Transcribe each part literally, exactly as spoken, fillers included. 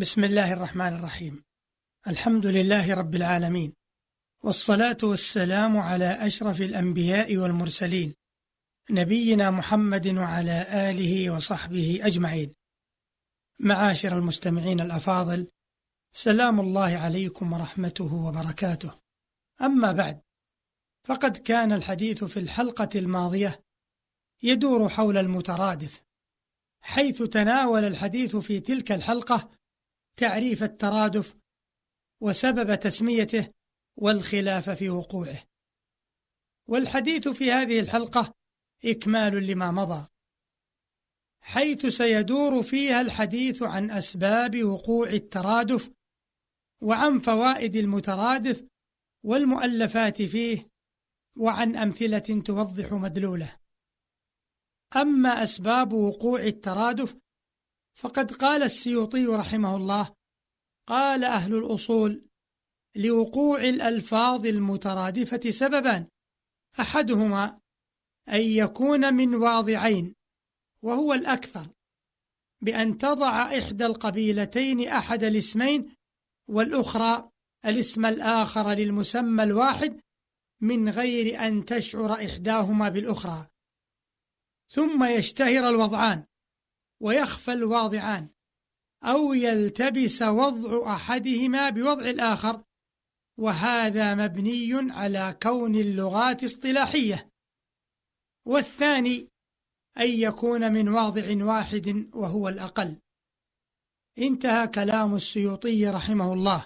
بسم الله الرحمن الرحيم. الحمد لله رب العالمين، والصلاة والسلام على أشرف الأنبياء والمرسلين، نبينا محمد وعلى آله وصحبه أجمعين. معاشر المستمعين الأفاضل، سلام الله عليكم ورحمته وبركاته. أما بعد، فقد كان الحديث في الحلقة الماضية يدور حول المترادف، حيث تناول الحديث في تلك الحلقة تعريف الترادف وسبب تسميته والخلاف في وقوعه. والحديث في هذه الحلقة إكمال لما مضى، حيث سيدور فيها الحديث عن أسباب وقوع الترادف وعن فوائد المترادف والمؤلفات فيه وعن أمثلة توضح مدلوله. أما أسباب وقوع الترادف فقد قال السيوطي رحمه الله: قال أهل الأصول: لوقوع الألفاظ المترادفة سببان، أحدهما أن يكون من واضعين وهو الأكثر، بأن تضع إحدى القبيلتين أحد الاسمين والأخرى الاسم الآخر للمسمى الواحد من غير أن تشعر إحداهما بالأخرى، ثم يشتهر الوضعان ويخفى الواضعان، أو يلتبس وضع أحدهما بوضع الآخر، وهذا مبني على كون اللغات اصطلاحية. والثاني أن يكون من واضع واحد وهو الأقل. انتهى كلام السيوطي رحمه الله.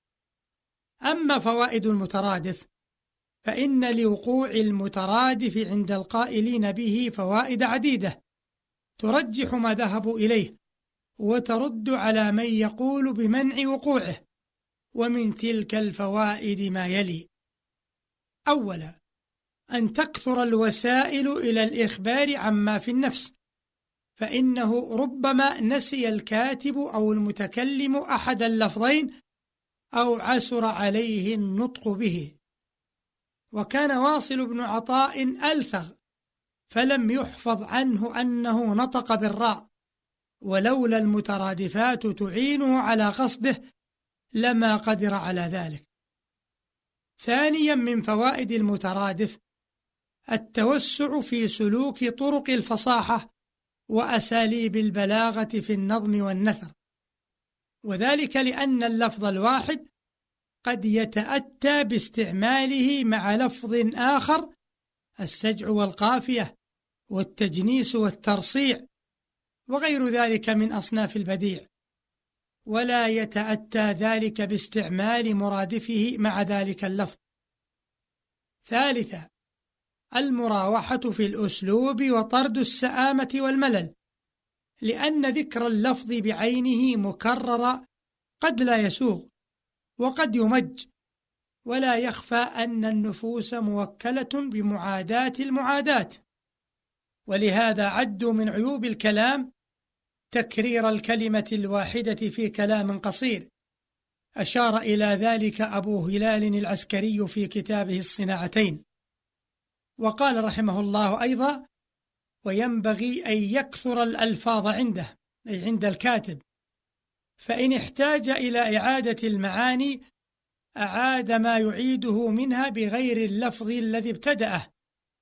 أما فوائد المترادف فإن لوقوع المترادف عند القائلين به فوائد عديدة ترجح ما ذهبوا إليه وترد على من يقول بمنع وقوعه. ومن تلك الفوائد ما يلي: أولا، أن تكثر الوسائل إلى الإخبار عما في النفس، فإنه ربما نسي الكاتب أو المتكلم أحد اللفظين أو عسر عليه النطق به. وكان واصل بن عطاء ألثغ، فلم يحفظ عنه أنه نطق بالراء، ولولا المترادفات تعينه على قصده لما قدر على ذلك. ثانيا، من فوائد المترادف التوسع في سلوك طرق الفصاحة وأساليب البلاغة في النظم والنثر، وذلك لأن اللفظ الواحد قد يتأتى باستعماله مع لفظ آخر، السجع والقافية والتجنيس والترصيع وغير ذلك من أصناف البديع، ولا يتأتى ذلك باستعمال مرادفه مع ذلك اللفظ. ثالثا، المراوحة في الأسلوب وطرد السآمة والملل، لأن ذكر اللفظ بعينه مكرر قد لا يسوغ وقد يمج، ولا يخفى أن النفوس موكلة بمعاداة المعادات. ولهذا عدوا من عيوب الكلام تكرير الكلمة الواحدة في كلام قصير، أشار إلى ذلك أبو هلال العسكري في كتابه الصناعتين. وقال رحمه الله أيضا: وينبغي أن يكثر الألفاظ عنده، أي عند الكاتب، فإن احتاج إلى إعادة المعاني أعاد ما يعيده منها بغير اللفظ الذي ابتدأه.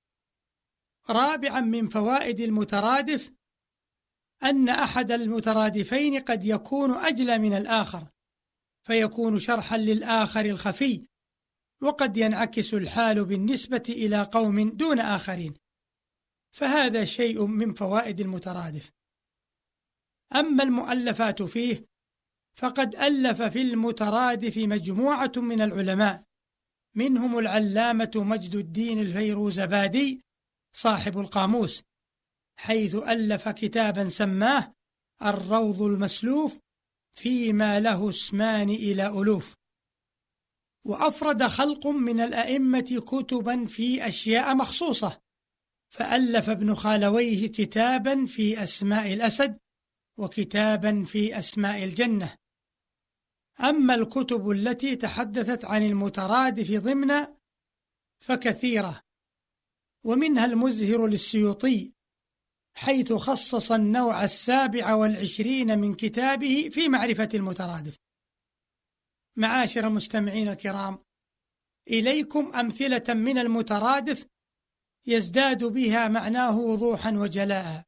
رابعا، من فوائد المترادف أن أحد المترادفين قد يكون أجلى من الآخر، فيكون شرحا للآخر الخفي، وقد ينعكس الحال بالنسبة إلى قوم دون آخرين، فهذا شيء من فوائد المترادف. أما المؤلفات فيه فقد ألف في المترادف مجموعة من العلماء، منهم العلامة مجد الدين الفيروزبادي صاحب القاموس، حيث ألف كتابا سماه الروض المسلوف فيما له اسمان إلى ألوف. وأفرد خلق من الأئمة كتبا في أشياء مخصوصة، فألف ابن خالويه كتابا في أسماء الأسد وكتابا في أسماء الجنة. أما الكتب التي تحدثت عن المترادف ضمن فكثيرة، ومنها المزهر للسيوطي، حيث خصص النوع السابع والعشرين من كتابه في معرفة المترادف. معاشر المستمعين الكرام، إليكم أمثلة من المترادف يزداد بها معناه وضوحا وجلاء.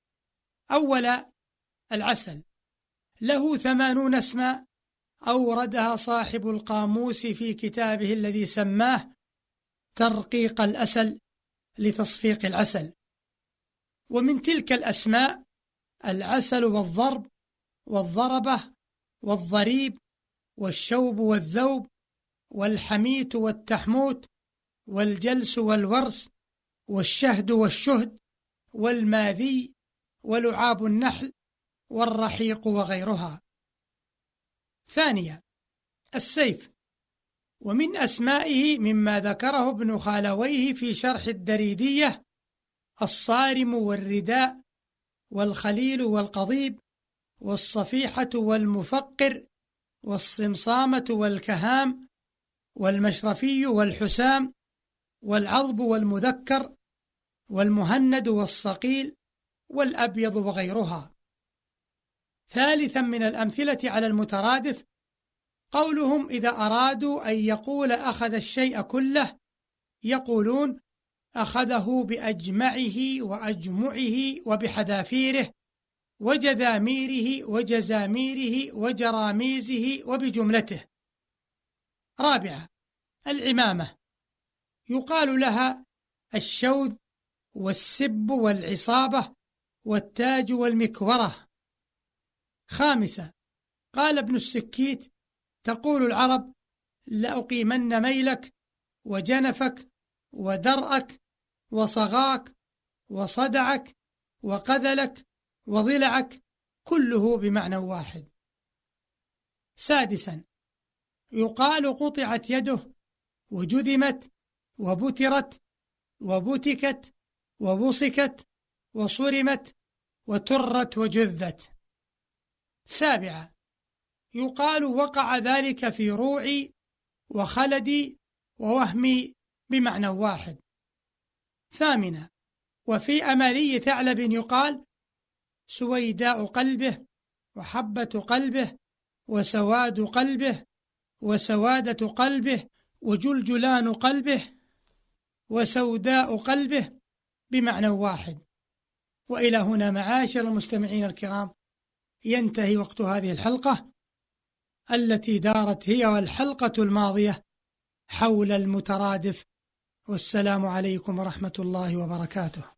أولا، العسل له ثمانون اسما أوردها صاحب القاموس في كتابه الذي سماه ترقيق الأسل لتصفيق العسل. ومن تلك الأسماء العسل والضرب والضربة والضريب والشوب والذوب والحميت والتحموت والجلس والورس والشهد والشهد والماذي ولعاب النحل والرحيق وغيرها. ثانيا، السيف، ومن أسمائه مما ذكره ابن خالويه في شرح الدريدية الصارم والرداء والخليل والقضيب والصفيحة والمفقر والصمصامة والكهام والمشرفي والحسام والعضب والمذكر والمهند والصقيل والأبيض وغيرها. ثالثا من الأمثلة على المترادف قولهم إذا أرادوا أن يقول أخذ الشيء كله يقولون أخذه بأجمعه وأجمعه وبحذافيره وجذاميره وجزاميره وجراميزه وبجملته. رابعا، العمامة، يقال لها الشوذ والسب والعصابة والتاج والمكورة. خامسا، قال ابن السكيت تقول العرب لأقيمن ميلك وجنفك ودرأك وصغاك وصدعك وقذلك وضلعك كله بمعنى واحد. سادسا، يقال قطعت يده وجذمت وبترت وبتكت وبصكت وصرمت وترت وجذت. سابعا، يقال وقع ذلك في روعي وخلدي ووهمي بمعنى واحد. ثامنا، وفي أمالي ثعلب يقال سويداء قلبه وحبة قلبه وسواد قلبه وسوادة قلبه وجلجلان قلبه وسوداء قلبه بمعنى واحد. وإلى هنا معاشر المستمعين الكرام ينتهي وقت هذه الحلقة التي دارت هي والحلقة الماضية حول المترادف، والسلام عليكم ورحمة الله وبركاته.